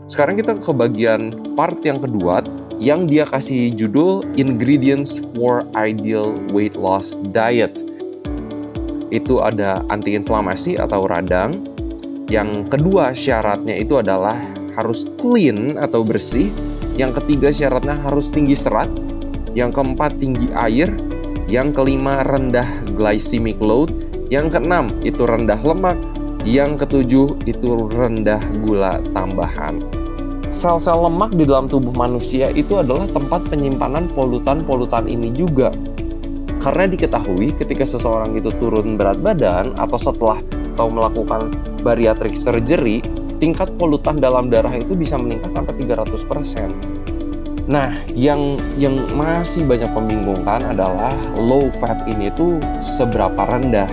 sekarang kita ke bagian part yang kedua yang dia kasih judul Ingredients for Ideal Weight Loss Diet. Itu ada anti-inflamasi atau radang. Yang kedua syaratnya itu adalah harus clean atau bersih. Yang ketiga syaratnya harus tinggi serat. Yang keempat tinggi air. Yang kelima rendah glycemic load. Yang keenam itu rendah lemak. Yang ketujuh itu rendah gula tambahan. Sel-sel lemak di dalam tubuh manusia itu adalah tempat penyimpanan polutan-polutan ini juga. Karena diketahui ketika seseorang itu turun berat badan atau setelah melakukan bariatric surgery, tingkat polutan dalam darah itu bisa meningkat sampai 300%. Nah, yang masih banyak membingungkan adalah low fat ini tuh seberapa rendah.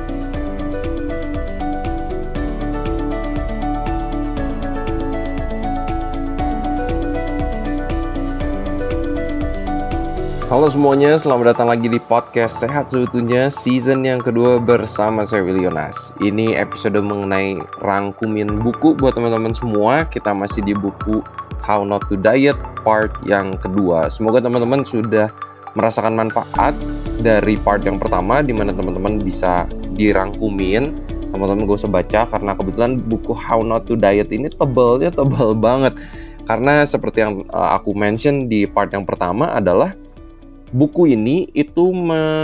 Halo semuanya, selamat datang lagi di podcast Sehat Seutuhnya season yang kedua bersama saya Willy Yonas. Ini episode mengenai rangkumin buku buat teman-teman semua. Kita masih di buku How Not to Diet part yang kedua. Semoga teman-teman sudah merasakan manfaat dari part yang pertama, di mana teman-teman bisa dirangkumin. Teman-teman gak usah baca karena kebetulan buku How Not to Diet ini tebal banget. Karena seperti yang aku mention di part yang pertama adalah buku ini itu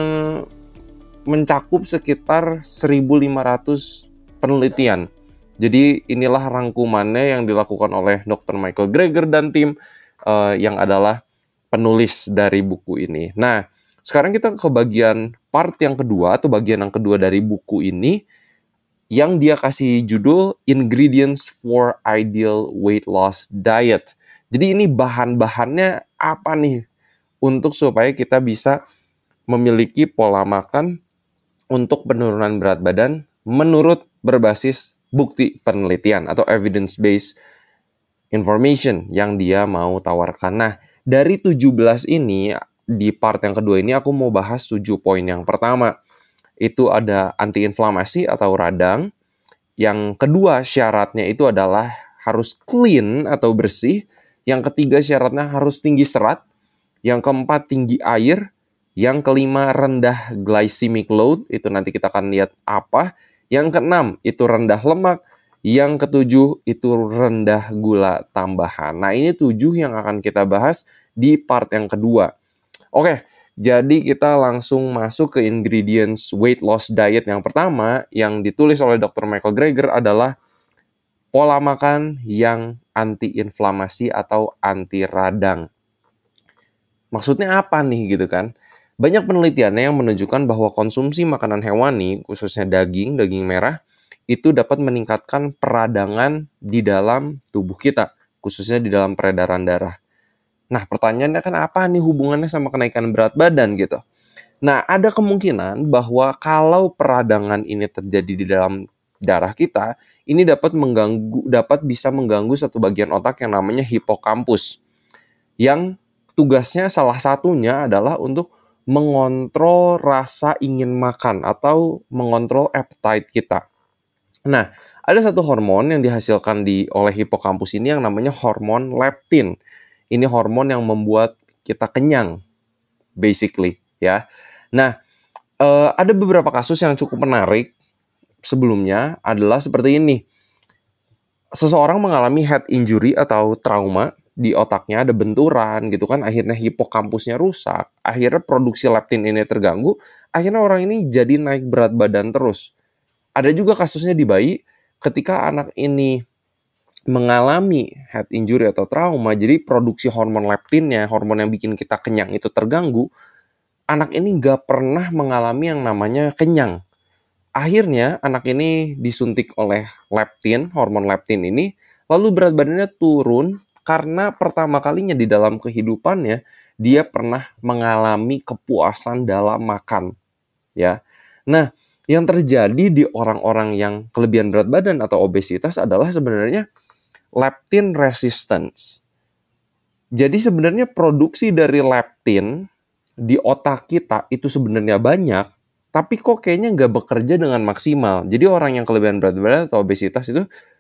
mencakup sekitar 1.500 penelitian. Jadi inilah rangkumannya yang dilakukan oleh Dr. Michael Greger dan tim yang adalah penulis dari buku ini. Nah, sekarang kita ke bagian part yang kedua atau bagian yang kedua dari buku ini yang dia kasih judul Ingredients for Ideal Weight Loss Diet. Jadi ini bahan-bahannya apa nih? Untuk supaya kita bisa memiliki pola makan untuk penurunan berat badan menurut berbasis bukti penelitian atau evidence-based information yang dia mau tawarkan. Nah, dari 17 ini, di part yang kedua ini aku mau bahas 7 poin yang pertama. Itu ada anti-inflamasi atau radang. Yang kedua syaratnya itu adalah harus clean atau bersih. Yang ketiga syaratnya harus tinggi serat. Yang keempat tinggi air, yang kelima rendah glycemic load, itu nanti kita akan lihat apa. Yang keenam itu rendah lemak, yang ketujuh itu rendah gula tambahan. Nah, ini 7 yang akan kita bahas di part yang kedua. Oke, jadi kita langsung masuk ke ingredients weight loss diet yang pertama yang ditulis oleh Dr. Michael Greger adalah pola makan yang anti-inflamasi atau anti radang. Maksudnya apa nih gitu kan? Banyak penelitiannya yang menunjukkan bahwa konsumsi makanan hewani, khususnya daging merah, itu dapat meningkatkan peradangan di dalam tubuh kita, khususnya di dalam peredaran darah. Nah, pertanyaannya kan apa nih hubungannya sama kenaikan berat badan gitu? Nah, ada kemungkinan bahwa kalau peradangan ini terjadi di dalam darah kita, ini dapat bisa mengganggu satu bagian otak yang namanya hipokampus. Yang tugasnya salah satunya adalah untuk mengontrol rasa ingin makan atau mengontrol appetite kita. Nah, ada satu hormon yang dihasilkan oleh hipokampus ini yang namanya hormon leptin. Ini hormon yang membuat kita kenyang, basically, ya. Nah, ada beberapa kasus yang cukup menarik sebelumnya adalah seperti ini. Seseorang mengalami head injury atau trauma, di otaknya ada benturan gitu kan, akhirnya hipokampusnya rusak, akhirnya produksi leptin ini terganggu, akhirnya orang ini jadi naik berat badan terus. Ada juga kasusnya di bayi, ketika anak ini mengalami head injury atau trauma, jadi produksi hormon leptinnya, hormon yang bikin kita kenyang itu terganggu, anak ini gak pernah mengalami yang namanya kenyang. Akhirnya anak ini disuntik oleh leptin, hormon leptin ini, lalu berat badannya turun, karena pertama kalinya di dalam kehidupannya dia pernah mengalami kepuasan dalam makan, ya. Nah, yang terjadi di orang-orang yang kelebihan berat badan atau obesitas adalah sebenarnya leptin resistance. Jadi sebenarnya produksi dari leptin di otak kita itu sebenarnya banyak, tapi kok kayaknya nggak bekerja dengan maksimal. Jadi orang yang kelebihan berat badan atau obesitas itu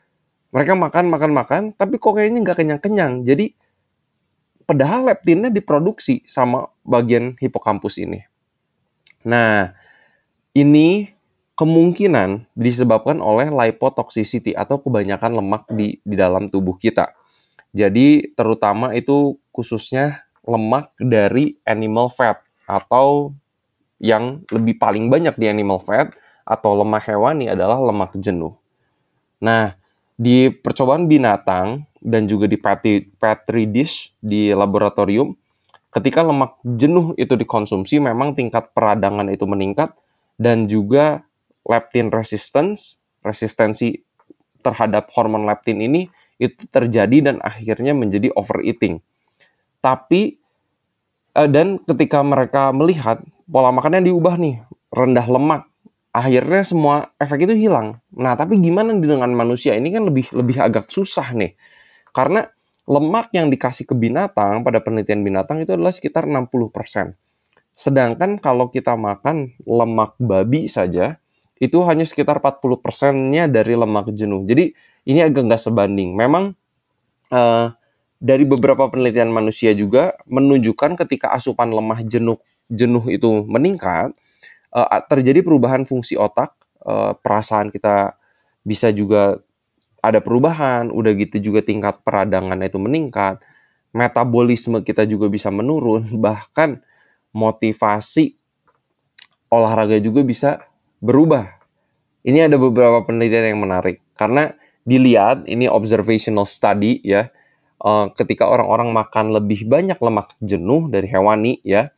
Mereka makan, tapi kok kayaknya nggak kenyang-kenyang. Jadi, padahal leptinnya diproduksi sama bagian hipokampus ini. Nah, ini kemungkinan disebabkan oleh lipotoxicity atau kebanyakan lemak di dalam tubuh kita. Jadi, terutama itu khususnya lemak dari animal fat atau yang lebih paling banyak di animal fat atau lemak hewani adalah lemak jenuh. Nah, di percobaan binatang dan juga di petri dish di laboratorium, ketika lemak jenuh itu dikonsumsi, memang tingkat peradangan itu meningkat dan juga leptin resistensi terhadap hormon leptin ini itu terjadi dan akhirnya menjadi overeating. Tapi dan ketika mereka melihat pola makannya diubah nih, rendah lemak, akhirnya semua efek itu hilang. Nah, tapi gimana dengan manusia? Ini kan lebih agak susah nih. Karena lemak yang dikasih ke binatang pada penelitian binatang itu adalah sekitar 60%. Sedangkan kalau kita makan lemak babi saja, itu hanya sekitar 40%-nya dari lemak jenuh. Jadi ini agak nggak sebanding. Memang dari beberapa penelitian manusia juga menunjukkan ketika asupan lemak jenuh itu meningkat, terjadi perubahan fungsi otak, perasaan kita bisa juga ada perubahan, udah gitu juga tingkat peradangan itu meningkat, metabolisme kita juga bisa menurun, bahkan motivasi olahraga juga bisa berubah. Ini ada beberapa penelitian yang menarik, karena dilihat, ini observational study ya, ketika orang-orang makan lebih banyak lemak jenuh dari hewani ya,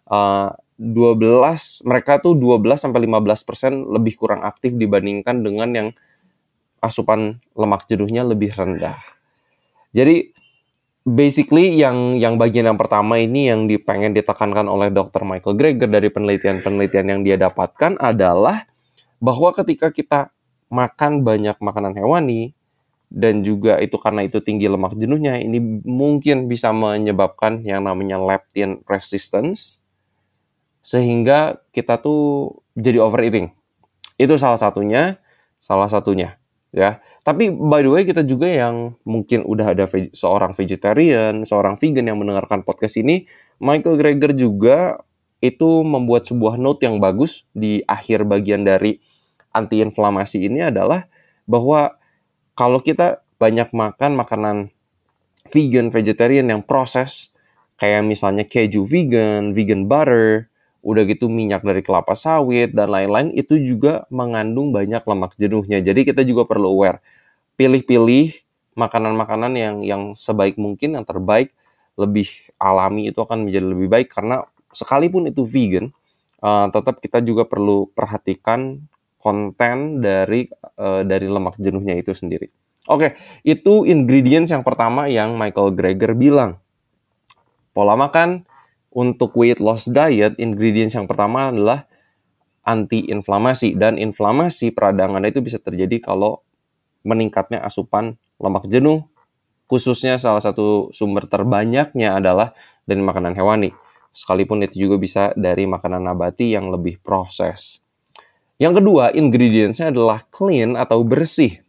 12 mereka tuh 12-15% lebih kurang aktif dibandingkan dengan yang asupan lemak jenuhnya lebih rendah. Jadi basically yang bagian yang pertama ini yang pengen ditekankan oleh Dr. Michael Greger dari penelitian-penelitian yang dia dapatkan adalah bahwa ketika kita makan banyak makanan hewani dan juga itu karena itu tinggi lemak jenuhnya, ini mungkin bisa menyebabkan yang namanya leptin resistance sehingga kita tuh jadi overeating. Itu salah satunya ya. Tapi by the way, kita juga yang mungkin udah ada seorang vegetarian, seorang vegan yang mendengarkan podcast ini, Michael Greger juga itu membuat sebuah note yang bagus di akhir bagian dari anti-inflamasi ini adalah bahwa kalau kita banyak makan makanan vegan, vegetarian yang proses, kayak misalnya keju vegan, vegan butter, udah gitu minyak dari kelapa sawit, dan lain-lain, itu juga mengandung banyak lemak jenuhnya. Jadi kita juga perlu aware. Pilih-pilih makanan-makanan yang sebaik mungkin, yang terbaik, lebih alami itu akan menjadi lebih baik. Karena sekalipun itu vegan, tetap kita juga perlu perhatikan konten dari lemak jenuhnya itu sendiri. Oke, itu ingredients yang pertama yang Michael Greger bilang. Pola makan untuk weight loss diet, ingredients yang pertama adalah anti-inflamasi. Dan inflamasi peradangan itu bisa terjadi kalau meningkatnya asupan lemak jenuh, khususnya salah satu sumber terbanyaknya adalah dari makanan hewani. Sekalipun itu juga bisa dari makanan nabati yang lebih proses. Yang kedua, ingredients-nya adalah clean atau bersih.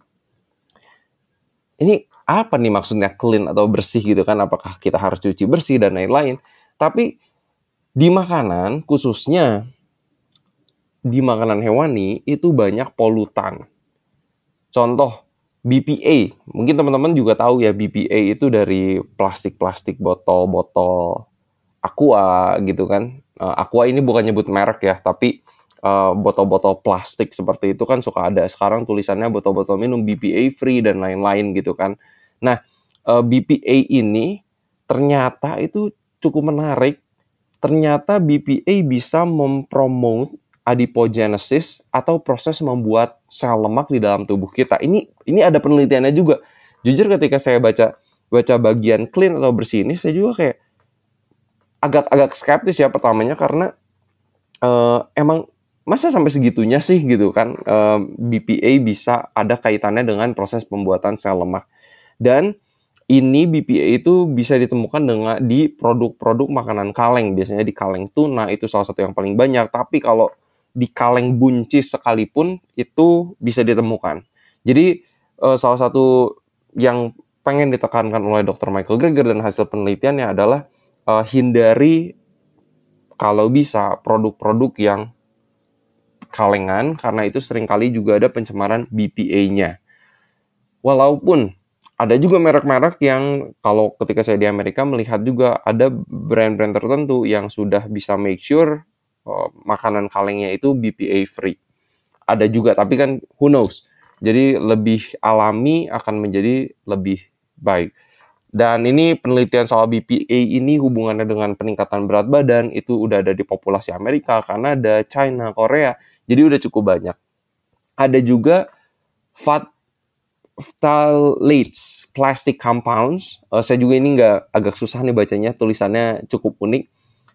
Ini apa nih maksudnya clean atau bersih gitu kan? Apakah kita harus cuci bersih dan lain-lain? Tapi di makanan, khususnya di makanan hewani, itu banyak polutan. Contoh, BPA. Mungkin teman-teman juga tahu ya, BPA itu dari plastik-plastik botol-botol Aqua gitu kan. Aqua ini bukan nyebut merek ya, tapi botol-botol plastik seperti itu kan suka ada. Sekarang tulisannya botol-botol minum BPA free dan lain-lain gitu kan. Nah, BPA ini ternyata itu cukup menarik. Ternyata BPA bisa mempromote adipogenesis atau proses membuat sel lemak di dalam tubuh kita. Ini ada penelitiannya juga. Jujur ketika saya baca bagian clean atau bersih ini, saya juga kayak agak skeptis ya pertamanya, karena emang masa sampai segitunya sih gitu kan, BPA bisa ada kaitannya dengan proses pembuatan sel lemak. Dan ini BPA itu bisa ditemukan di produk-produk makanan kaleng. Biasanya di kaleng tuna itu salah satu yang paling banyak. Tapi kalau di kaleng buncis sekalipun itu bisa ditemukan. Jadi salah satu yang pengen ditekankan oleh Dr. Michael Greger dan hasil penelitiannya adalah hindari kalau bisa produk-produk yang kalengan, karena itu seringkali juga ada pencemaran BPA-nya. Walaupun ada juga merek-merek yang kalau ketika saya di Amerika melihat juga ada brand-brand tertentu yang sudah bisa make sure makanan kalengnya itu BPA free. Ada juga, tapi kan who knows. Jadi lebih alami akan menjadi lebih baik. Dan ini penelitian soal BPA ini hubungannya dengan peningkatan berat badan itu udah ada di populasi Amerika, Kanada, China, Korea. Jadi udah cukup banyak. Ada juga phthalates, plastic compounds. Saya juga ini agak susah nih bacanya, tulisannya cukup unik.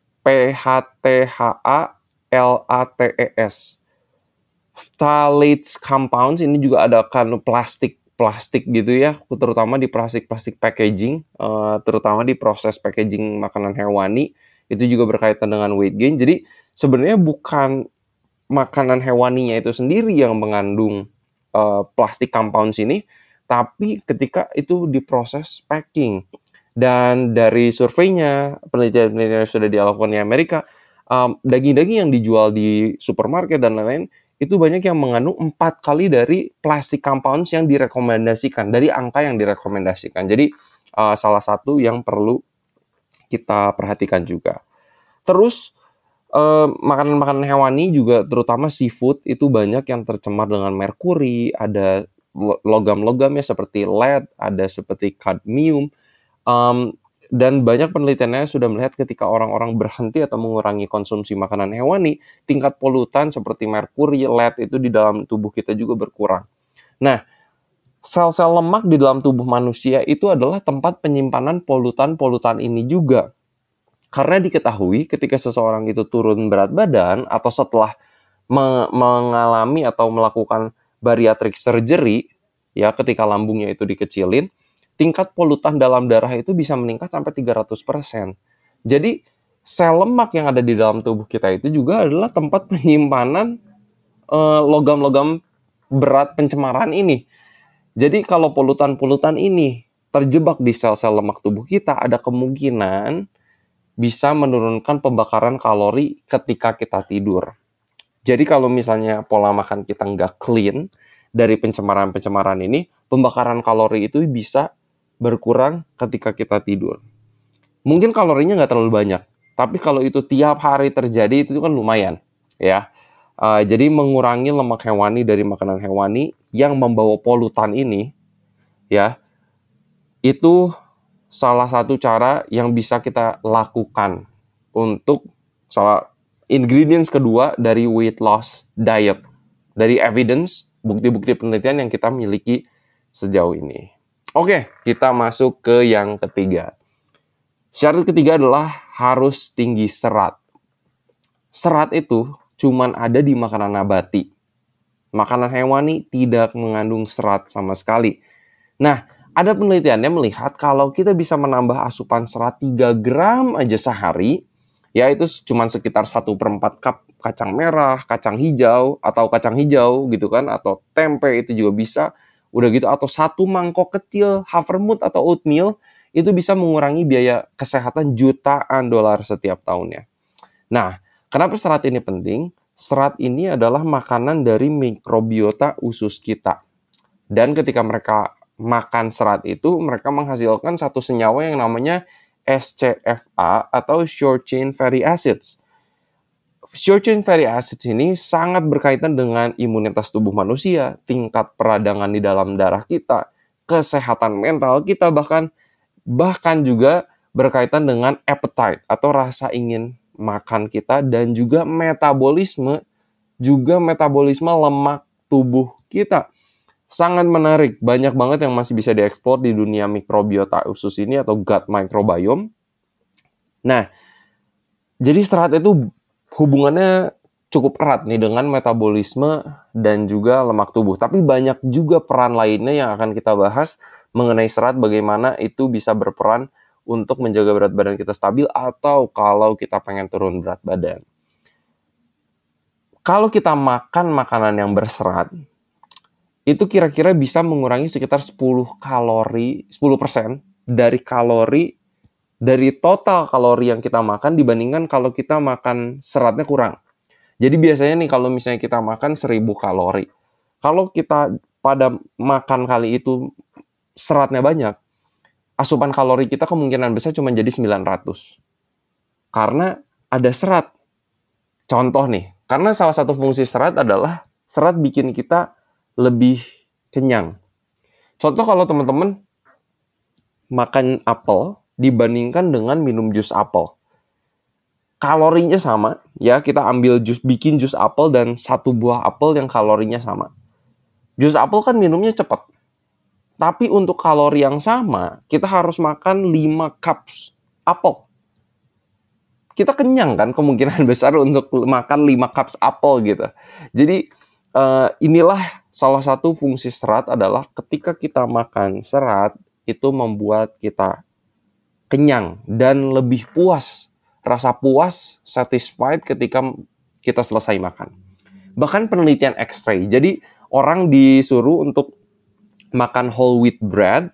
PHTHALATES. Phthalates compounds ini juga ada kan plastik gitu ya, terutama di plastik packaging, terutama di proses packaging makanan hewani, itu juga berkaitan dengan weight gain. Jadi sebenarnya bukan makanan hewaninya itu sendiri yang mengandung plastik compounds ini, tapi ketika itu diproses packing. Dan dari surveinya, penelitian yang sudah dilakukan di Amerika, daging-daging yang dijual di supermarket dan lain-lain, itu banyak yang mengandung 4 kali dari plastik compounds yang direkomendasikan, dari angka yang direkomendasikan. Jadi salah satu yang perlu kita perhatikan juga. Terus makanan-makanan hewani juga terutama seafood itu banyak yang tercemar dengan merkuri, ada logam-logamnya seperti lead, ada seperti kadmium, dan banyak penelitiannya sudah melihat ketika orang-orang berhenti atau mengurangi konsumsi makanan hewani, tingkat polutan seperti merkuri, lead itu di dalam tubuh kita juga berkurang. Nah, sel-sel lemak di dalam tubuh manusia itu adalah tempat penyimpanan polutan-polutan ini juga. Karena diketahui ketika seseorang itu turun berat badan atau setelah mengalami atau melakukan bariatric surgery, ya ketika lambungnya itu dikecilin, tingkat polutan dalam darah itu bisa meningkat sampai 300%. Jadi sel lemak yang ada di dalam tubuh kita itu juga adalah tempat penyimpanan logam-logam berat pencemaran ini. Jadi kalau polutan-polutan ini terjebak di sel-sel lemak tubuh kita, ada kemungkinan bisa menurunkan pembakaran kalori ketika kita tidur. Jadi kalau misalnya pola makan kita nggak clean dari pencemaran-pencemaran ini, pembakaran kalori itu bisa berkurang ketika kita tidur. Mungkin kalorinya nggak terlalu banyak, tapi kalau itu tiap hari terjadi itu kan lumayan, ya. Jadi mengurangi lemak hewani dari makanan hewani yang membawa polutan ini, ya, itu salah satu cara yang bisa kita lakukan untuk ingredients kedua dari weight loss diet, dari evidence, bukti-bukti penelitian yang kita miliki sejauh ini. Oke, kita masuk ke yang ketiga. Syarat ketiga adalah harus tinggi serat. Serat itu cuman ada di makanan nabati. Makanan hewani tidak mengandung serat sama sekali. Nah, ada penelitiannya melihat kalau kita bisa menambah asupan serat 3 gram aja sehari, ya itu cuma sekitar 1/4 cup kacang merah, kacang hijau, atau kacang hijau gitu kan, atau tempe itu juga bisa. Udah gitu, atau 1 mangkok kecil havermut atau oatmeal, itu bisa mengurangi biaya kesehatan jutaan dolar setiap tahunnya. Nah, kenapa serat ini penting? Serat ini adalah makanan dari mikrobiota usus kita. Dan ketika mereka makan serat itu, mereka menghasilkan satu senyawa yang namanya SCFA atau short chain fatty acids. Short chain fatty acids ini sangat berkaitan dengan imunitas tubuh manusia, tingkat peradangan di dalam darah kita, kesehatan mental kita, bahkan juga berkaitan dengan appetite atau rasa ingin makan kita, dan juga metabolisme lemak tubuh kita. Sangat menarik, banyak banget yang masih bisa dieksplor di dunia mikrobiota usus ini atau gut microbiome. Nah, jadi serat itu hubungannya cukup erat nih dengan metabolisme dan juga lemak tubuh. Tapi banyak juga peran lainnya yang akan kita bahas mengenai serat, bagaimana itu bisa berperan untuk menjaga berat badan kita stabil atau kalau kita pengen turun berat badan. Kalau kita makan makanan yang berserat, itu kira-kira bisa mengurangi sekitar 10% dari kalori, dari total kalori yang kita makan dibandingkan kalau kita makan seratnya kurang. Jadi biasanya nih kalau misalnya kita makan 1000 kalori, kalau kita pada makan kali itu seratnya banyak, asupan kalori kita kemungkinan besar cuma jadi 900. Karena ada serat. Contoh nih, karena salah satu fungsi serat adalah serat bikin kita lebih kenyang. Contoh kalau teman-teman makan apel dibandingkan dengan minum jus apel. Kalorinya sama, ya kita ambil bikin jus apel dan satu buah apel yang kalorinya sama. Jus apel kan minumnya cepat. Tapi untuk kalori yang sama, kita harus makan 5 cups apel. Kita kenyang kan kemungkinan besar untuk makan 5 cups apel gitu. Jadi inilah salah satu fungsi serat adalah ketika kita makan serat, itu membuat kita kenyang dan lebih puas. Rasa puas, satisfied ketika kita selesai makan. Bahkan penelitian X-ray. Jadi orang disuruh untuk makan whole wheat bread,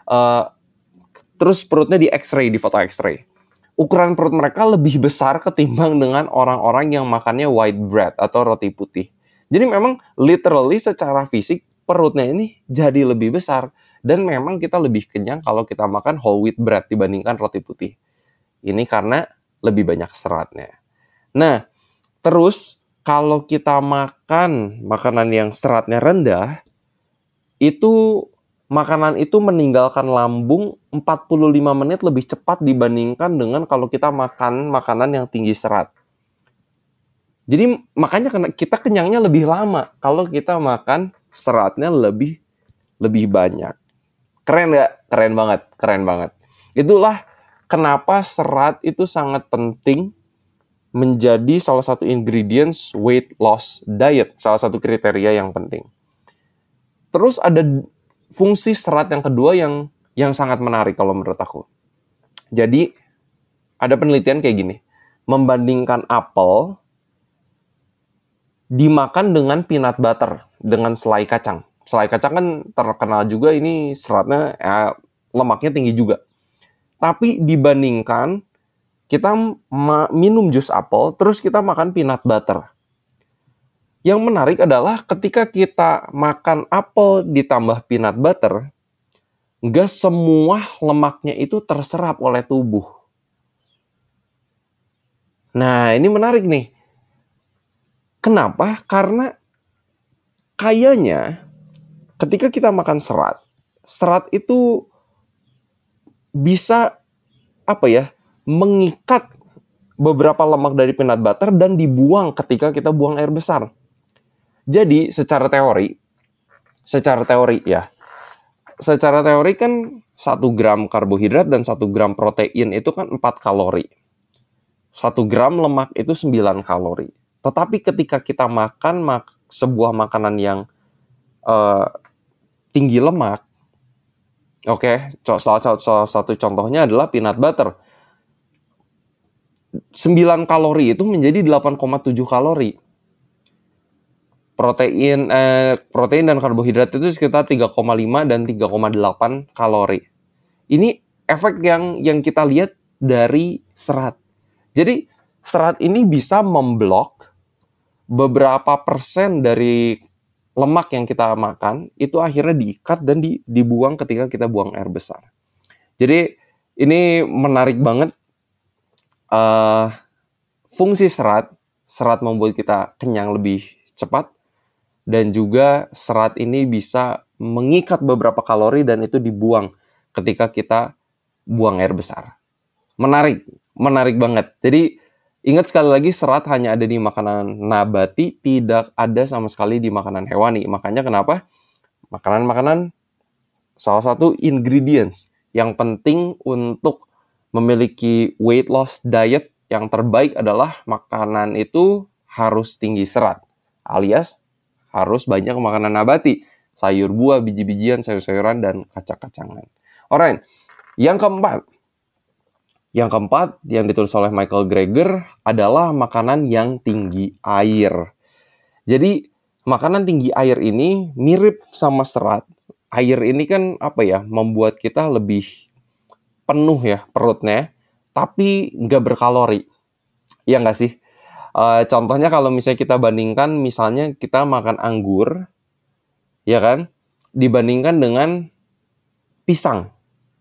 terus perutnya di X-ray, di foto X-ray. Ukuran perut mereka lebih besar ketimbang dengan orang-orang yang makannya white bread atau roti putih. Jadi memang literally secara fisik perutnya ini jadi lebih besar. Dan memang kita lebih kenyang kalau kita makan whole wheat bread dibandingkan roti putih. Ini karena lebih banyak seratnya. Nah, terus kalau kita makan makanan yang seratnya rendah, itu makanan itu meninggalkan lambung 45 menit lebih cepat dibandingkan dengan kalau kita makan makanan yang tinggi serat. Jadi makanya kita kenyangnya lebih lama kalau kita makan seratnya lebih banyak. Keren nggak? Keren banget. Itulah kenapa serat itu sangat penting menjadi salah satu ingredients weight loss diet, salah satu kriteria yang penting. Terus ada fungsi serat yang kedua yang sangat menarik kalau menurut aku. Jadi ada penelitian kayak gini, membandingkan apel dimakan dengan peanut butter, dengan selai kacang. Selai kacang kan terkenal juga ini seratnya, lemaknya tinggi juga. Tapi dibandingkan kita minum jus apel, terus kita makan peanut butter. Yang menarik adalah ketika kita makan apel ditambah peanut butter, nggak semua lemaknya itu terserap oleh tubuh. Nah, ini menarik nih. Kenapa? Karena kayaknya ketika kita makan serat itu bisa mengikat beberapa lemak dari peanut butter dan dibuang ketika kita buang air besar. Jadi secara teori kan 1 gram karbohidrat dan 1 gram protein itu kan 4 kalori. 1 gram lemak itu 9 kalori. Tetapi ketika kita makan sebuah makanan yang tinggi lemak, salah satu contohnya adalah peanut butter. 9 kalori itu menjadi 8,7 kalori. Protein dan karbohidrat itu sekitar 3,5 dan 3,8 kalori. Ini efek yang kita lihat dari serat. Jadi serat ini bisa memblok beberapa persen dari lemak yang kita makan itu akhirnya diikat dan dibuang ketika kita buang air besar. Jadi ini menarik banget. Fungsi serat membuat kita kenyang lebih cepat, dan juga serat ini bisa mengikat beberapa kalori dan itu dibuang ketika kita buang air besar. Menarik banget. Jadi ingat sekali lagi, serat hanya ada di makanan nabati, tidak ada sama sekali di makanan hewani. Makanya kenapa makanan-makanan salah satu ingredients yang penting untuk memiliki weight loss diet yang terbaik adalah makanan itu harus tinggi serat, alias harus banyak makanan nabati, sayur buah, biji-bijian, sayur-sayuran, dan kacang-kacangan. Alright, yang keempat yang ditulis oleh Michael Greger adalah makanan yang tinggi air. Jadi makanan tinggi air ini mirip sama serat. Air ini kan membuat kita lebih penuh ya perutnya, tapi nggak berkalori. Iya nggak sih? Contohnya kalau misalnya kita bandingkan, misalnya kita makan anggur, ya kan? Dibandingkan dengan pisang.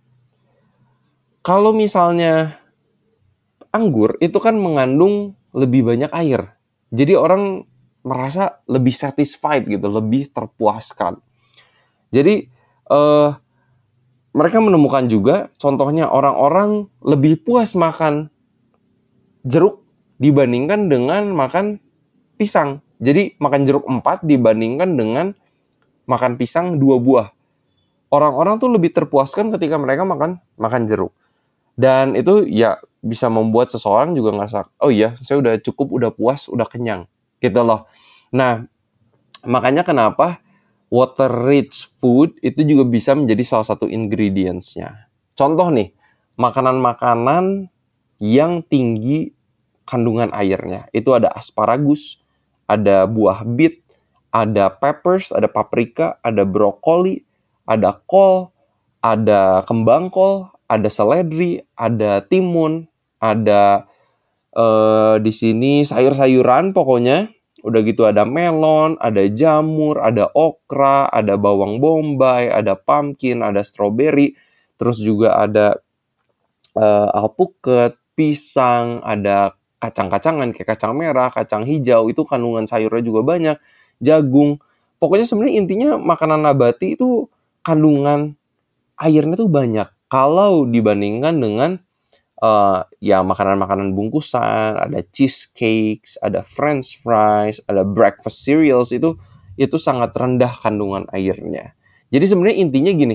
Kalau misalnya anggur itu kan mengandung lebih banyak air. Jadi orang merasa lebih satisfied gitu, lebih terpuaskan. Jadi mereka menemukan juga contohnya orang-orang lebih puas makan jeruk dibandingkan dengan makan pisang. Jadi makan jeruk 4 dibandingkan dengan makan pisang 2 buah. Orang-orang tuh lebih terpuaskan ketika mereka makan jeruk. Dan itu ya bisa membuat seseorang juga ngerasa, oh iya, saya udah cukup, udah puas, udah kenyang. Gitu loh. Nah, makanya kenapa water rich food itu juga bisa menjadi salah satu ingredients-nya. Contoh nih, makanan-makanan yang tinggi kandungan airnya. Itu ada asparagus, ada buah beet, ada peppers, ada paprika, ada brokoli, ada kol, ada kembang kol, ada seledri, ada timun, ada di sini sayur-sayuran pokoknya. Udah gitu ada melon, ada jamur, ada okra, ada bawang bombay, ada pumpkin, ada strawberry. Terus juga ada alpukat, pisang, ada kacang-kacangan kayak kacang merah, kacang hijau, itu kandungan sayurnya juga banyak, jagung. Pokoknya sebenarnya intinya makanan nabati itu kandungan airnya tuh banyak. Kalau dibandingkan dengan ya makanan-makanan bungkusan, ada cheesecakes, ada french fries, ada breakfast cereals, itu sangat rendah kandungan airnya. Jadi sebenarnya intinya gini,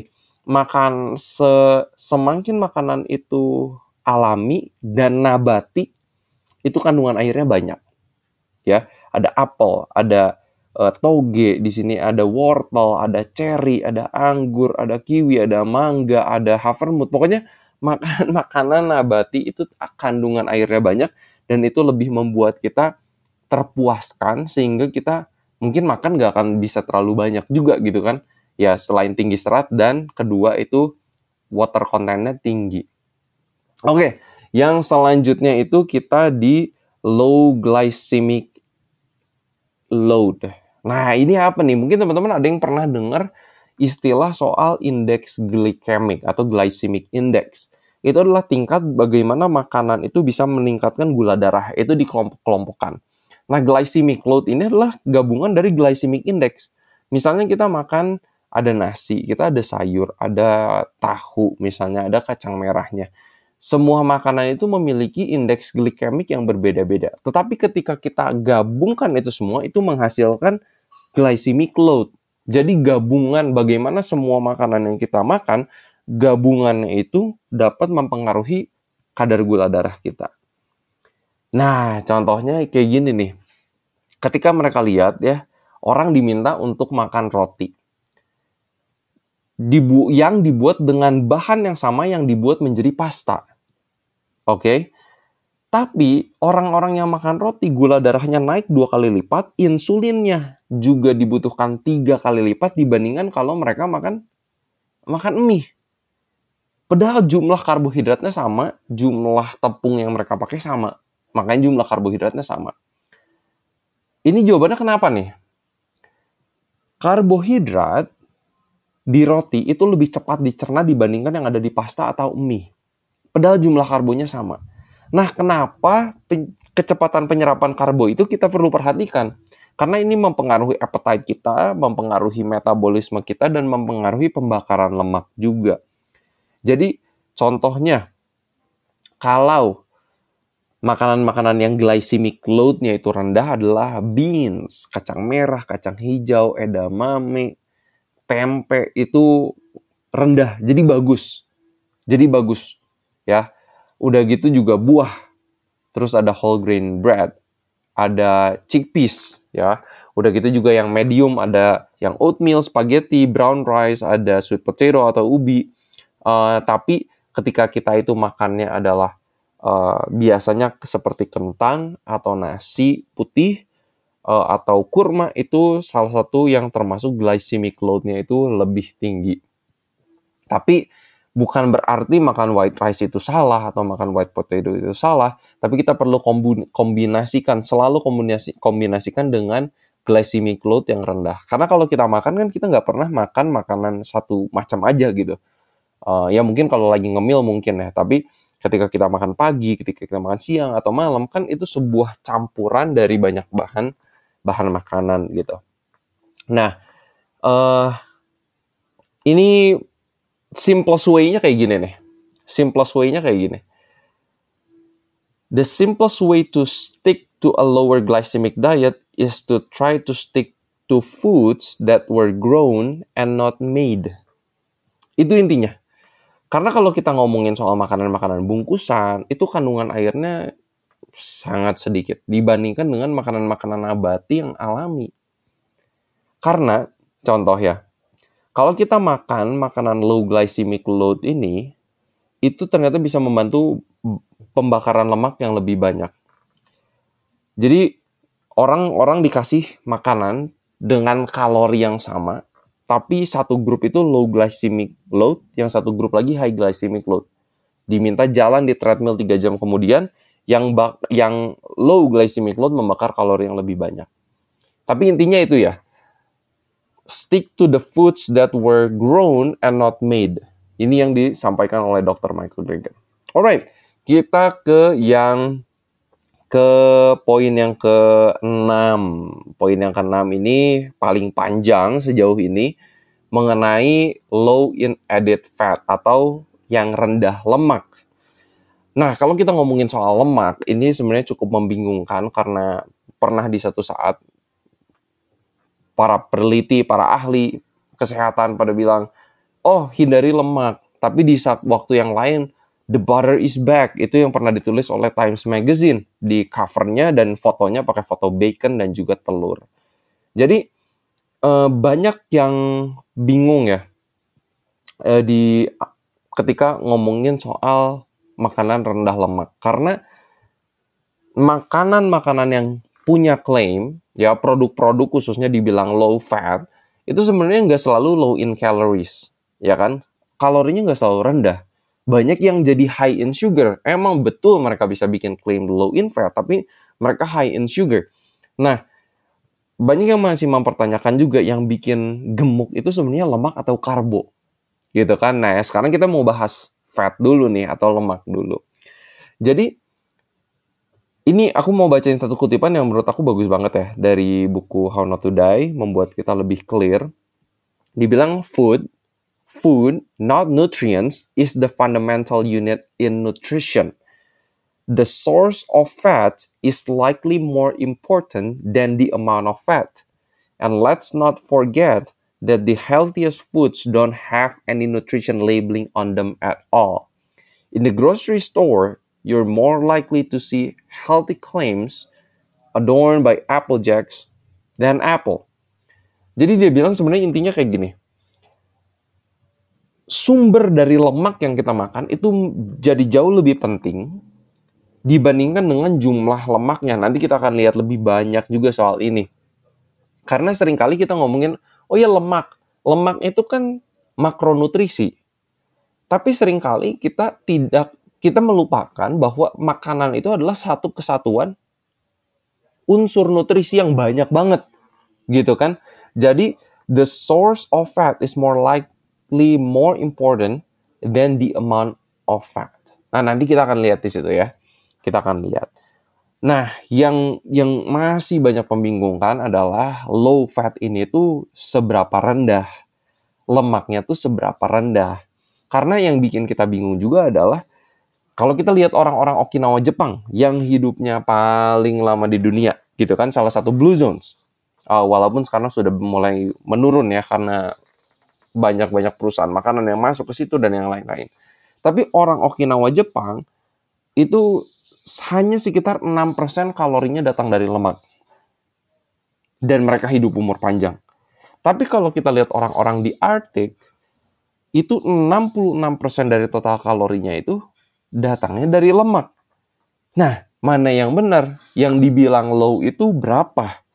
semakin makanan itu alami dan nabati, itu kandungan airnya banyak. Ya, ada apel, ada toge, di sini ada wortel, ada cherry, ada anggur, ada kiwi, ada mangga, ada havermut. Pokoknya makanan nabati itu kandungan airnya banyak dan itu lebih membuat kita terpuaskan sehingga kita mungkin makan gak akan bisa terlalu banyak juga gitu kan. Ya selain tinggi serat dan kedua itu water content-nya tinggi. Oke, yang selanjutnya itu kita di low glycemic load. Nah, ini apa nih? Mungkin teman-teman ada yang pernah dengar istilah soal indeks glikemik atau glycemic index. Itu adalah tingkat bagaimana makanan itu bisa meningkatkan gula darah. Itu dikelompok-kelompokkan. Nah, glycemic load ini adalah gabungan dari glycemic index. Misalnya kita makan ada nasi, kita ada sayur, ada tahu, misalnya ada kacang merahnya. Semua makanan itu memiliki indeks glikemik yang berbeda-beda. Tetapi ketika kita gabungkan itu semua, itu menghasilkan glycemic load. Jadi gabungan bagaimana semua makanan yang kita makan, gabungannya itu dapat mempengaruhi kadar gula darah kita. Nah, contohnya kayak gini nih. Ketika mereka lihat ya, orang diminta untuk makan roti. Yang dibuat dengan bahan yang sama yang dibuat menjadi pasta. Oke. Tapi orang-orang yang makan roti gula darahnya naik 2 kali lipat, insulinnya juga dibutuhkan 3 kali lipat dibandingkan kalau mereka makan mie. Padahal jumlah karbohidratnya sama, jumlah tepung yang mereka pakai sama. Makanya jumlah karbohidratnya sama. Ini jawabannya kenapa nih? Karbohidrat di roti itu lebih cepat dicerna dibandingkan yang ada di pasta atau mie. Padahal jumlah karbonya sama. Nah, kenapa kecepatan penyerapan karbo itu kita perlu perhatikan? Karena ini mempengaruhi appetite kita, mempengaruhi metabolisme kita, dan mempengaruhi pembakaran lemak juga. Jadi, contohnya, kalau makanan-makanan yang glycemic load-nya itu rendah adalah beans, kacang merah, kacang hijau, edamame, tempe, itu rendah. Jadi bagus. Ya. Udah gitu juga buah. Terus ada whole grain bread, ada chickpeas ya. Udah gitu juga yang medium ada yang oatmeal, spaghetti, brown rice, ada sweet potato atau ubi. Tapi ketika kita itu makannya adalah biasanya seperti kentang atau nasi putih, atau kurma itu salah satu yang termasuk glycemic load-nya itu lebih tinggi. Tapi bukan berarti makan white rice itu salah atau makan white potato itu salah, tapi kita perlu selalu kombinasikan dengan glycemic load yang rendah. Karena kalau kita makan kan kita nggak pernah makan makanan satu macam aja gitu. Ya mungkin kalau lagi ngemil mungkin ya, tapi ketika kita makan pagi, ketika kita makan siang atau malam, kan itu sebuah campuran dari banyak bahan makanan gitu. Nah, ini simplest way-nya kayak gini nih. The simplest way to stick to a lower glycemic diet is to try to stick to foods that were grown and not made. Itu intinya. Karena kalau kita ngomongin soal makanan-makanan bungkusan, itu kandungan airnya sangat sedikit dibandingkan dengan makanan-makanan nabati yang alami. Karena, contoh ya, kalau kita makan makanan low glycemic load ini, itu ternyata bisa membantu pembakaran lemak yang lebih banyak. Jadi, orang-orang dikasih makanan dengan kalori yang sama, tapi satu grup itu low glycemic load, yang satu grup lagi high glycemic load. Diminta jalan di treadmill 3 jam kemudian, yang low glycemic load membakar kalori yang lebih banyak. Tapi intinya itu ya, stick to the foods that were grown and not made. Ini yang disampaikan oleh Dr. Michael Greger. Alright, kita ke poin yang ke-6. Poin yang ke-6 ini paling panjang sejauh ini mengenai low in added fat atau yang rendah lemak. Nah, kalau kita ngomongin soal lemak, ini sebenarnya cukup membingungkan karena pernah di satu saat para peneliti, para ahli kesehatan pada bilang, oh hindari lemak. Tapi di saat waktu yang lain, the butter is back. Itu yang pernah ditulis oleh Times Magazine. Di covernya dan fotonya pakai foto bacon dan juga telur. Jadi banyak yang bingung ya ketika ngomongin soal makanan rendah lemak. Karena makanan-makanan yang punya klaim, ya produk-produk khususnya dibilang low fat, itu sebenarnya nggak selalu low in calories, ya kan? Kalorinya nggak selalu rendah. Banyak yang jadi high in sugar. Emang betul mereka bisa bikin klaim low in fat, tapi mereka high in sugar. Nah, banyak yang masih mempertanyakan juga yang bikin gemuk itu sebenarnya lemak atau karbo. Gitu kan? Nah, sekarang kita mau bahas fat dulu nih, atau lemak dulu. Jadi, ini aku mau bacain satu kutipan yang menurut aku bagus banget ya, dari buku How Not to Die, membuat kita lebih clear. Dibilang food, not nutrients, is the fundamental unit in nutrition. The source of fat is likely more important than the amount of fat. And let's not forget that the healthiest foods don't have any nutrition labeling on them at all. In the grocery store, you're more likely to see healthy claims adorned by Apple Jacks than Apple. Jadi dia bilang sebenarnya intinya kayak gini. Sumber dari lemak yang kita makan itu jadi jauh lebih penting dibandingkan dengan jumlah lemaknya. Nanti kita akan lihat lebih banyak juga soal ini. Karena seringkali kita ngomongin, oh ya lemak. Lemak itu kan makronutrisi. Tapi seringkali kita melupakan bahwa makanan itu adalah satu kesatuan unsur nutrisi yang banyak banget, gitu kan? Jadi, the source of fat is more likely more important than the amount of fat. Nah, nanti kita akan lihat di situ ya. Kita akan lihat. Nah, yang masih banyak membingungkan adalah low fat ini tuh seberapa rendah. Lemaknya tuh seberapa rendah. Karena yang bikin kita bingung juga adalah kalau kita lihat orang-orang Okinawa Jepang yang hidupnya paling lama di dunia, gitu kan, salah satu Blue Zones. Walaupun sekarang sudah mulai menurun ya karena banyak-banyak perusahaan makanan yang masuk ke situ dan yang lain-lain. Tapi orang Okinawa Jepang itu hanya sekitar 6% kalorinya datang dari lemak. Dan mereka hidup umur panjang. Tapi kalau kita lihat orang-orang di Arctic, itu 66% dari total kalorinya itu datangnya dari lemak. Nah, mana yang benar? Yang dibilang low itu berapa?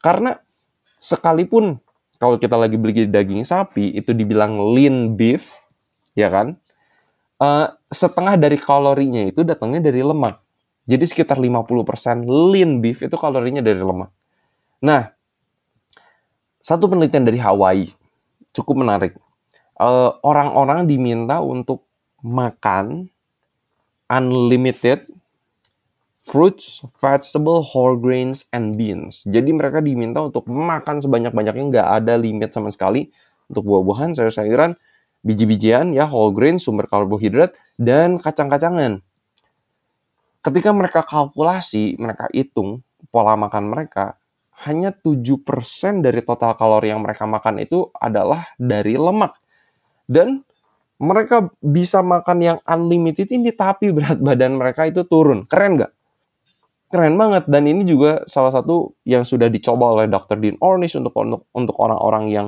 Karena sekalipun kalau kita lagi beli daging sapi itu dibilang lean beef, ya kan? Setengah dari kalorinya itu datangnya dari lemak. Jadi sekitar 50% lean beef itu kalorinya dari lemak. Nah, satu penelitian dari Hawaii cukup menarik. Orang-orang diminta untuk makan unlimited fruits, vegetable, whole grains, and beans. Jadi mereka diminta untuk makan sebanyak-banyaknya, nggak ada limit sama sekali untuk buah-buahan, sayur-sayuran, biji-bijian, ya whole grain, sumber karbohidrat, dan kacang-kacangan. Ketika mereka kalkulasi, mereka hitung pola makan mereka, hanya 7% dari total kalori yang mereka makan itu adalah dari lemak. Dan mereka bisa makan yang unlimited ini, tapi berat badan mereka itu turun. Keren nggak? Keren banget. Dan ini juga salah satu yang sudah dicoba oleh Dr. Dean Ornish untuk orang-orang yang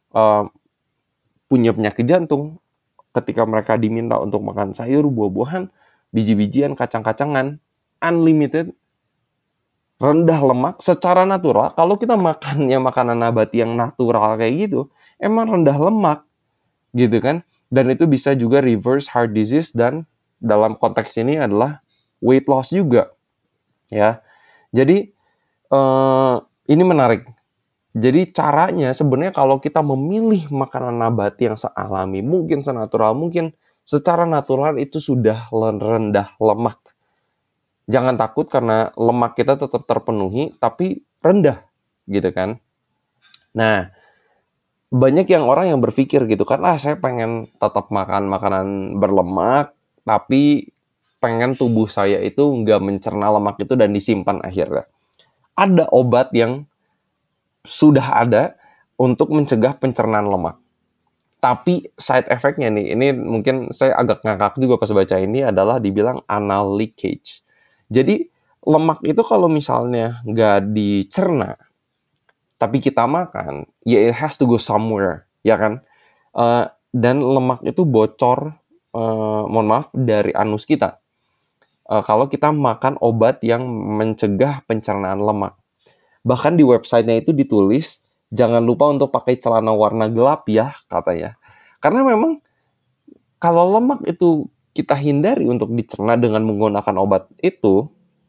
punya penyakit jantung. Ketika mereka diminta untuk makan sayur, buah-buahan, biji-bijian, kacang-kacangan, unlimited, rendah lemak, secara natural, kalau kita makannya makanan nabati yang natural kayak gitu, emang rendah lemak, gitu kan. Dan itu bisa juga reverse heart disease, dan dalam konteks ini adalah weight loss juga, ya. Jadi ini menarik. Jadi caranya sebenarnya kalau kita memilih makanan nabati yang sealami mungkin, senatural mungkin, secara natural itu sudah rendah lemak. Jangan takut karena lemak kita tetap terpenuhi, tapi rendah, gitu kan. Nah, banyak orang yang berpikir gitu kan, saya pengen tetap makan makanan berlemak, tapi pengen tubuh saya itu nggak mencerna lemak itu dan disimpan akhirnya. Ada obat yang sudah ada untuk mencegah pencernaan lemak. Tapi side effect-nya nih, ini mungkin saya agak ngakak juga pas baca ini, adalah dibilang anal leakage. Jadi lemak itu kalau misalnya nggak dicerna, tapi kita makan, ya it has to go somewhere, ya kan? Dan lemak itu bocor, mohon maaf, dari anus kita. Kalau kita makan obat yang mencegah pencernaan lemak. Bahkan di websitenya itu ditulis, jangan lupa untuk pakai celana warna gelap ya, katanya. Karena memang kalau lemak itu kita hindari untuk dicerna dengan menggunakan obat itu,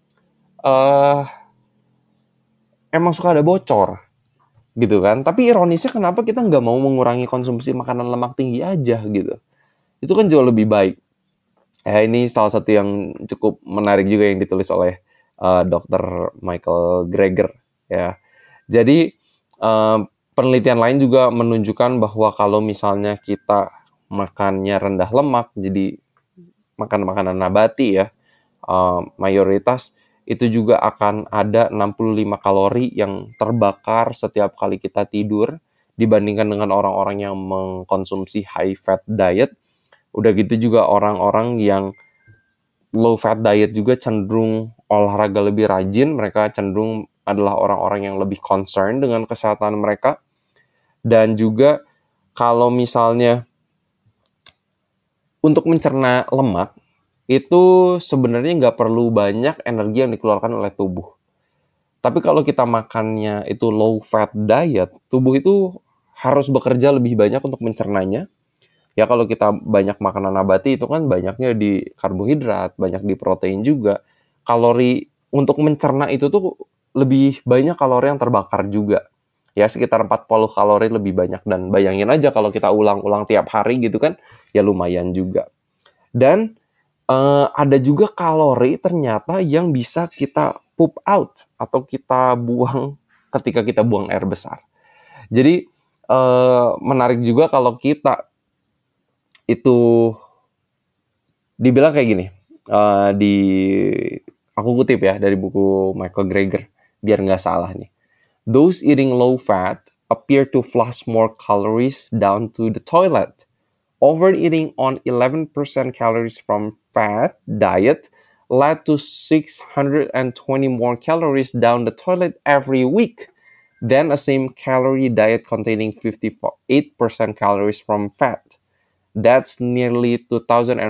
emang suka ada bocor, gitu kan. Tapi ironisnya kenapa kita nggak mau mengurangi konsumsi makanan lemak tinggi aja gitu. Itu kan jauh lebih baik. Ini salah satu yang cukup menarik juga yang ditulis oleh Dr. Michael Greger, ya. Jadi penelitian lain juga menunjukkan bahwa kalau misalnya kita makannya rendah lemak, jadi makan makanan nabati ya, mayoritas itu juga akan ada 65 kalori yang terbakar setiap kali kita tidur dibandingkan dengan orang-orang yang mengkonsumsi high fat diet. Udah gitu juga orang-orang yang low fat diet juga cenderung olahraga lebih rajin, mereka cenderung adalah orang-orang yang lebih concern dengan kesehatan mereka. Dan juga kalau misalnya untuk mencerna lemak, itu sebenarnya nggak perlu banyak energi yang dikeluarkan oleh tubuh. Tapi kalau kita makannya itu low fat diet, tubuh itu harus bekerja lebih banyak untuk mencernanya. Ya kalau kita banyak makanan nabati itu kan banyaknya di karbohidrat, banyak di protein juga. Kalori untuk mencerna itu tuh lebih banyak kalori yang terbakar juga. Ya sekitar 40 kalori lebih banyak. Dan bayangin aja kalau kita ulang-ulang tiap hari gitu kan, ya lumayan juga. Dan ada juga kalori ternyata yang bisa kita poop out atau kita buang ketika kita buang air besar. Jadi menarik juga kalau kita itu dibilang kayak gini, aku kutip ya dari buku Michael Greger biar nggak salah nih. Those eating low fat appear to flush more calories down to the toilet. Overeating on 11% calories from fat diet led to 620 more calories down the toilet every week than a same calorie diet containing 58% calories from fat. That's nearly 2,500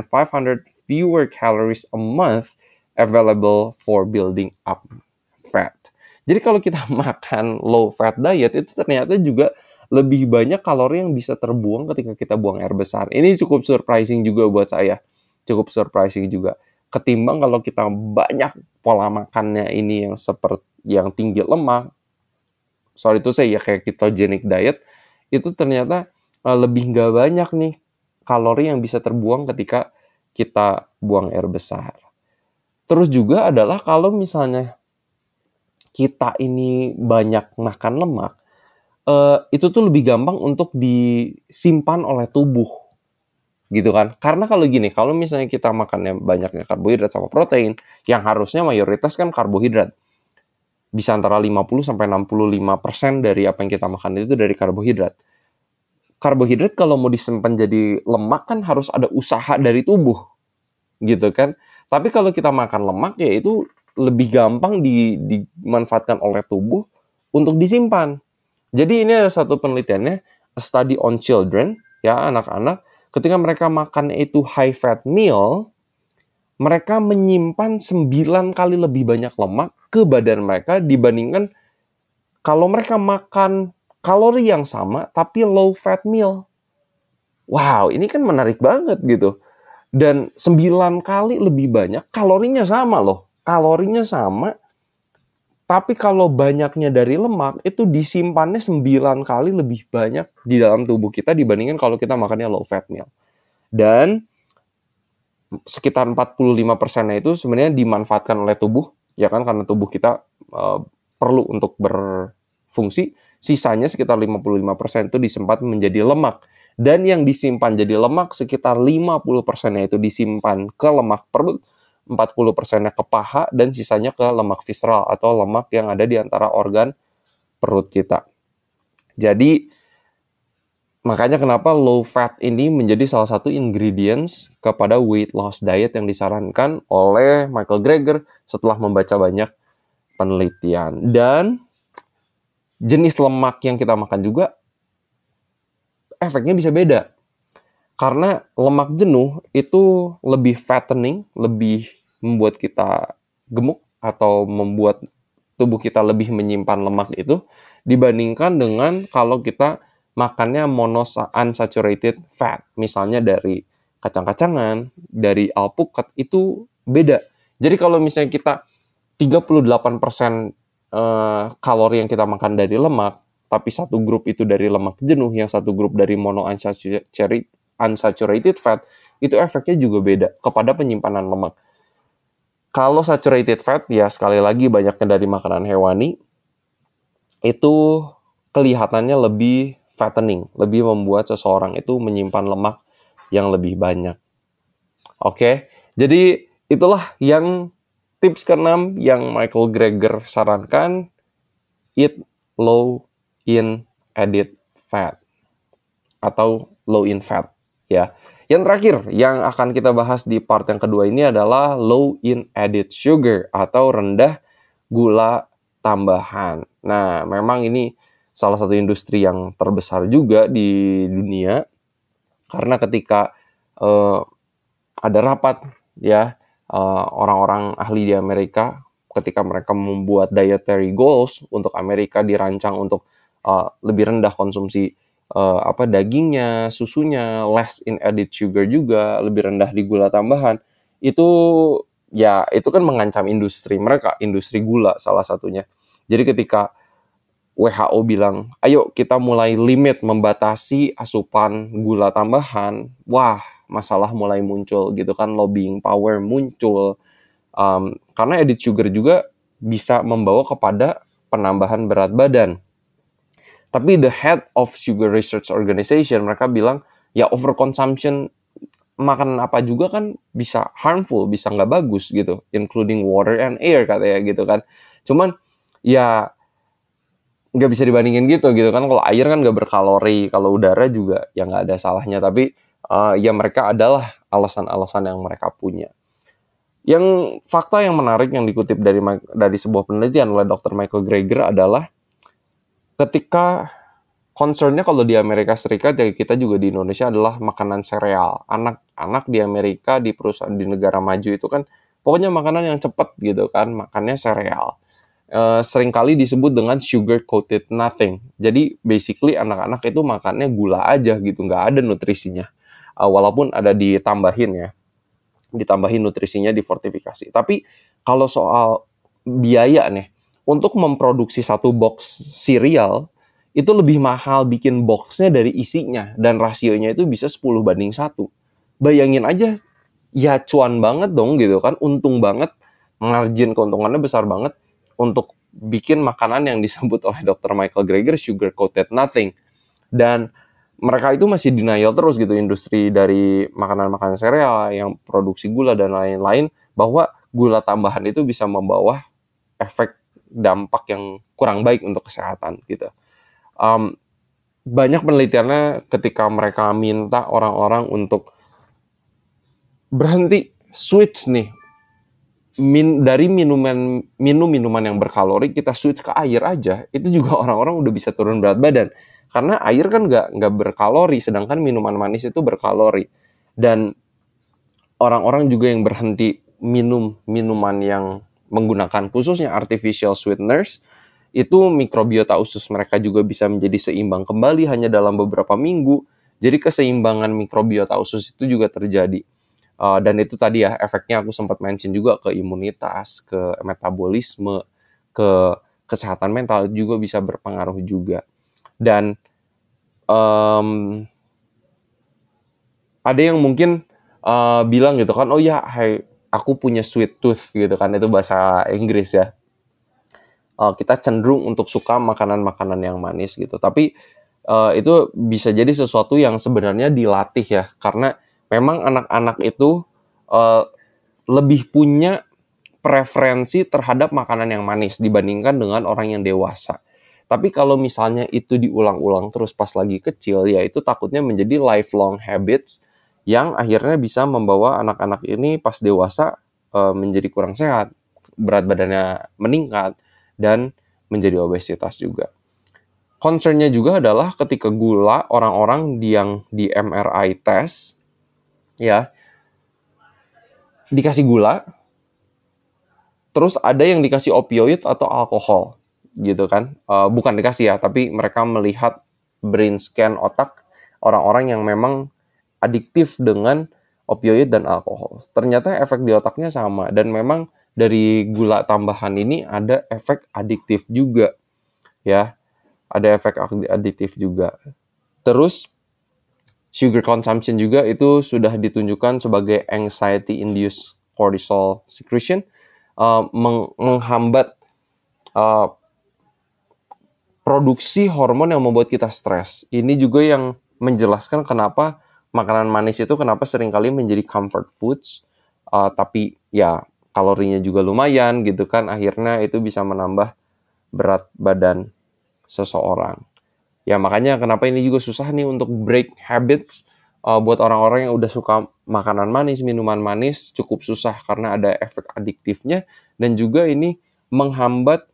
fewer calories a month available for building up fat. Jadi kalau kita makan low fat diet itu ternyata juga lebih banyak kalori yang bisa terbuang ketika kita buang air besar. Ini cukup surprising juga buat saya. Cukup surprising juga. Ketimbang kalau kita banyak pola makannya ini yang seperti yang tinggi lemak, sorry itu saya ya kayak ketogenic diet, itu ternyata lebih nggak banyak nih kalori yang bisa terbuang ketika kita buang air besar. Terus juga adalah kalau misalnya kita ini banyak makan lemak, itu tuh lebih gampang untuk disimpan oleh tubuh, gitu kan. Karena kalau gini, kalau misalnya kita makannya banyaknya karbohidrat sama protein, yang harusnya mayoritas kan karbohidrat, bisa antara 50-65% dari apa yang kita makan itu dari karbohidrat. Karbohidrat kalau mau disimpan jadi lemak kan harus ada usaha dari tubuh, gitu kan. Tapi kalau kita makan lemak ya itu lebih gampang dimanfaatkan oleh tubuh untuk disimpan. Jadi ini ada satu penelitiannya, a study on children, ya anak-anak, ketika mereka makan itu high fat meal, mereka menyimpan 9 kali lebih banyak lemak ke badan mereka dibandingkan kalau mereka makan kalori yang sama tapi low fat meal. Wow, ini kan menarik banget gitu. Dan 9 kali lebih banyak, kalorinya sama loh. Kalorinya sama, tapi kalau banyaknya dari lemak, itu disimpannya 9 kali lebih banyak di dalam tubuh kita dibandingkan kalau kita makannya low fat meal. Dan sekitar 45%-nya itu sebenarnya dimanfaatkan oleh tubuh, ya kan, karena tubuh kita perlu untuk berfungsi. Sisanya sekitar 55% itu disimpan menjadi lemak. Dan yang disimpan jadi lemak sekitar 50%-nya itu disimpan ke lemak perut, 40%-nya ke paha, dan sisanya ke lemak visceral atau lemak yang ada di antara organ perut kita. Jadi, makanya kenapa low fat ini menjadi salah satu ingredients kepada weight loss diet yang disarankan oleh Michael Greger setelah membaca banyak penelitian. Dan jenis lemak yang kita makan juga efeknya bisa beda. Karena lemak jenuh itu lebih fattening, lebih membuat kita gemuk atau membuat tubuh kita lebih menyimpan lemak itu dibandingkan dengan kalau kita makannya monounsaturated fat. Misalnya dari kacang-kacangan, dari alpukat itu beda. Jadi kalau misalnya kita 38% kalori yang kita makan dari lemak, tapi satu grup itu dari lemak jenuh, yang satu grup dari unsaturated fat, itu efeknya juga beda kepada penyimpanan lemak. Kalau saturated fat, ya sekali lagi banyaknya dari makanan hewani, itu kelihatannya lebih fattening, lebih membuat seseorang itu menyimpan lemak yang lebih banyak. Oke, jadi itulah yang tips ke-6 yang Michael Greger sarankan, eat low in added fat atau low in fat ya. Yang terakhir yang akan kita bahas di part yang kedua ini adalah low in added sugar atau rendah gula tambahan. Nah, memang ini salah satu industri yang terbesar juga di dunia karena ketika ada rapat ya orang-orang ahli di Amerika ketika mereka membuat dietary goals untuk Amerika dirancang untuk lebih rendah konsumsi dagingnya, susunya, less in added sugar juga, lebih rendah di gula tambahan. Itu kan mengancam industri mereka, industri gula salah satunya. Jadi ketika WHO bilang, ayo kita mulai limit membatasi asupan gula tambahan, wah masalah mulai muncul gitu kan, lobbying power muncul. Karena added sugar juga bisa membawa kepada penambahan berat badan. Tapi the head of Sugar Research Organization, mereka bilang, ya overconsumption makanan apa juga kan bisa harmful, bisa nggak bagus gitu, including water and air katanya gitu kan. Cuman ya nggak bisa dibandingin gitu kan. Kalau air kan nggak berkalori, kalau udara juga ya nggak ada salahnya. Tapi ya mereka adalah alasan-alasan yang mereka punya. Yang fakta yang menarik yang dikutip dari sebuah penelitian oleh Dr. Michael Greger adalah ketika concernnya kalau di Amerika Serikat ya kita juga di Indonesia adalah makanan sereal. Anak-anak di Amerika di perusahaan di negara maju itu kan pokoknya makanan yang cepat gitu kan, makannya sereal. seringkali disebut dengan sugar coated nothing. Jadi basically anak-anak itu makannya gula aja gitu, nggak ada nutrisinya. Walaupun ada ditambahin nutrisinya di fortifikasi. Tapi kalau soal biaya nih, untuk memproduksi satu box cereal itu lebih mahal bikin boxnya dari isinya, dan rasionya itu bisa 10:1. Bayangin aja, ya cuan banget dong gitu kan, untung banget, margin keuntungannya besar banget untuk bikin makanan yang disebut oleh Dr. Michael Greger sugar coated nothing. Dan mereka itu masih denial terus gitu, industri dari makanan-makanan sereal yang produksi gula dan lain-lain, bahwa gula tambahan itu bisa membawa efek dampak yang kurang baik untuk kesehatan gitu. Banyak penelitiannya ketika mereka minta orang-orang untuk berhenti switch nih dari minuman yang berkalori, kita switch ke air aja, itu juga orang-orang udah bisa turun berat badan. Karena air kan nggak berkalori, sedangkan minuman manis itu berkalori. Dan orang-orang juga yang berhenti minum minuman yang menggunakan khususnya artificial sweeteners, itu mikrobiota usus mereka juga bisa menjadi seimbang kembali hanya dalam beberapa minggu. Jadi keseimbangan mikrobiota usus itu juga terjadi. Dan itu tadi ya, efeknya aku sempat mention juga ke imunitas, ke metabolisme, ke kesehatan mental juga bisa berpengaruh juga. Dan ada yang mungkin bilang gitu kan, oh ya, aku punya sweet tooth gitu kan, itu bahasa Inggris ya. Kita cenderung untuk suka makanan-makanan yang manis gitu. Tapi itu bisa jadi sesuatu yang sebenarnya dilatih ya, karena memang anak-anak itu lebih punya preferensi terhadap makanan yang manis dibandingkan dengan orang yang dewasa. Tapi kalau misalnya itu diulang-ulang terus pas lagi kecil, ya itu takutnya menjadi lifelong habits yang akhirnya bisa membawa anak-anak ini pas dewasa menjadi kurang sehat, berat badannya meningkat, dan menjadi obesitas juga. Concernnya juga adalah ketika gula, orang-orang yang di MRI test, ya, dikasih gula, terus ada yang dikasih opioid atau alkohol, gitu kan. Bukan dikasih ya, tapi mereka melihat brain scan otak orang-orang yang memang adiktif dengan opioid dan alkohol. Ternyata efek di otaknya sama, dan memang dari gula tambahan ini ada efek adiktif juga, ya. Ada efek adiktif juga. Terus sugar consumption juga itu sudah ditunjukkan sebagai anxiety-induced cortisol secretion, menghambat produksi hormon yang membuat kita stres. Ini juga yang menjelaskan kenapa makanan manis itu kenapa seringkali menjadi comfort foods, tapi ya kalorinya juga lumayan gitu kan, akhirnya itu bisa menambah berat badan seseorang. Ya makanya kenapa ini juga susah nih untuk break habits. Buat orang-orang yang udah suka makanan manis, minuman manis, cukup susah karena ada efek adiktifnya, dan juga ini menghambat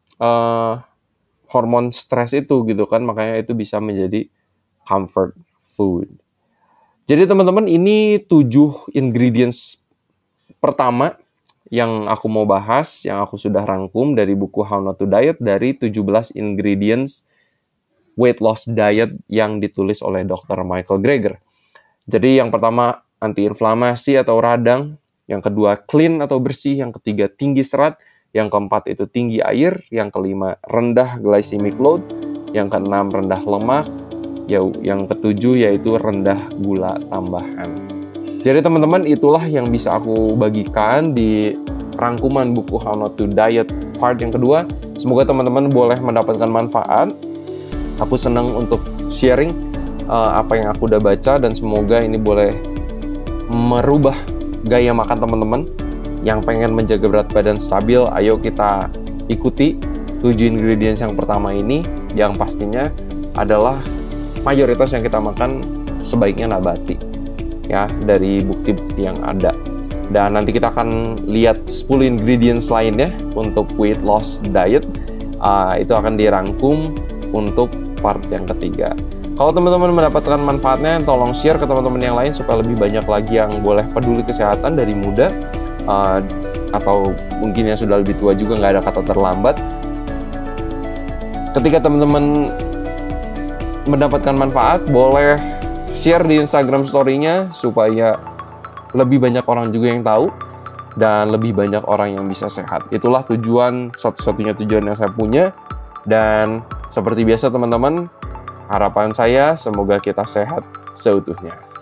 hormon stres itu gitu kan, makanya itu bisa menjadi comfort food. Jadi teman-teman, ini 7 ingredients pertama yang aku mau bahas, yang aku sudah rangkum dari buku How Not to Diet, dari 17 ingredients weight loss diet yang ditulis oleh Dr. Michael Greger. Jadi yang pertama antiinflamasi atau radang, yang kedua clean atau bersih, yang ketiga tinggi serat, yang keempat itu tinggi air, yang kelima rendah glycemic load, yang keenam rendah lemak, yang ketujuh yaitu rendah gula tambahan. Jadi teman-teman, itulah yang bisa aku bagikan di rangkuman buku How Not to Diet part yang kedua. Semoga teman-teman boleh mendapatkan manfaat. Aku senang untuk sharing apa yang aku udah baca, dan semoga ini boleh merubah gaya makan teman-teman. Yang pengen menjaga berat badan stabil, ayo kita ikuti 7 ingredients yang pertama ini, yang pastinya adalah mayoritas yang kita makan sebaiknya nabati, ya, dari bukti-bukti yang ada. Dan nanti kita akan lihat 10 ingredients lainnya untuk weight loss diet. Itu akan dirangkum untuk part yang ketiga. Kalau teman-teman mendapatkan manfaatnya, tolong share ke teman-teman yang lain supaya lebih banyak lagi yang boleh peduli kesehatan dari muda. atau mungkin yang sudah lebih tua juga, nggak ada kata terlambat. Ketika teman-teman mendapatkan manfaat, boleh share di Instagram story-nya supaya lebih banyak orang juga yang tahu dan lebih banyak orang yang bisa sehat. Itulah satu-satunya tujuan yang saya punya. Dan seperti biasa teman-teman, harapan saya semoga kita sehat seutuhnya.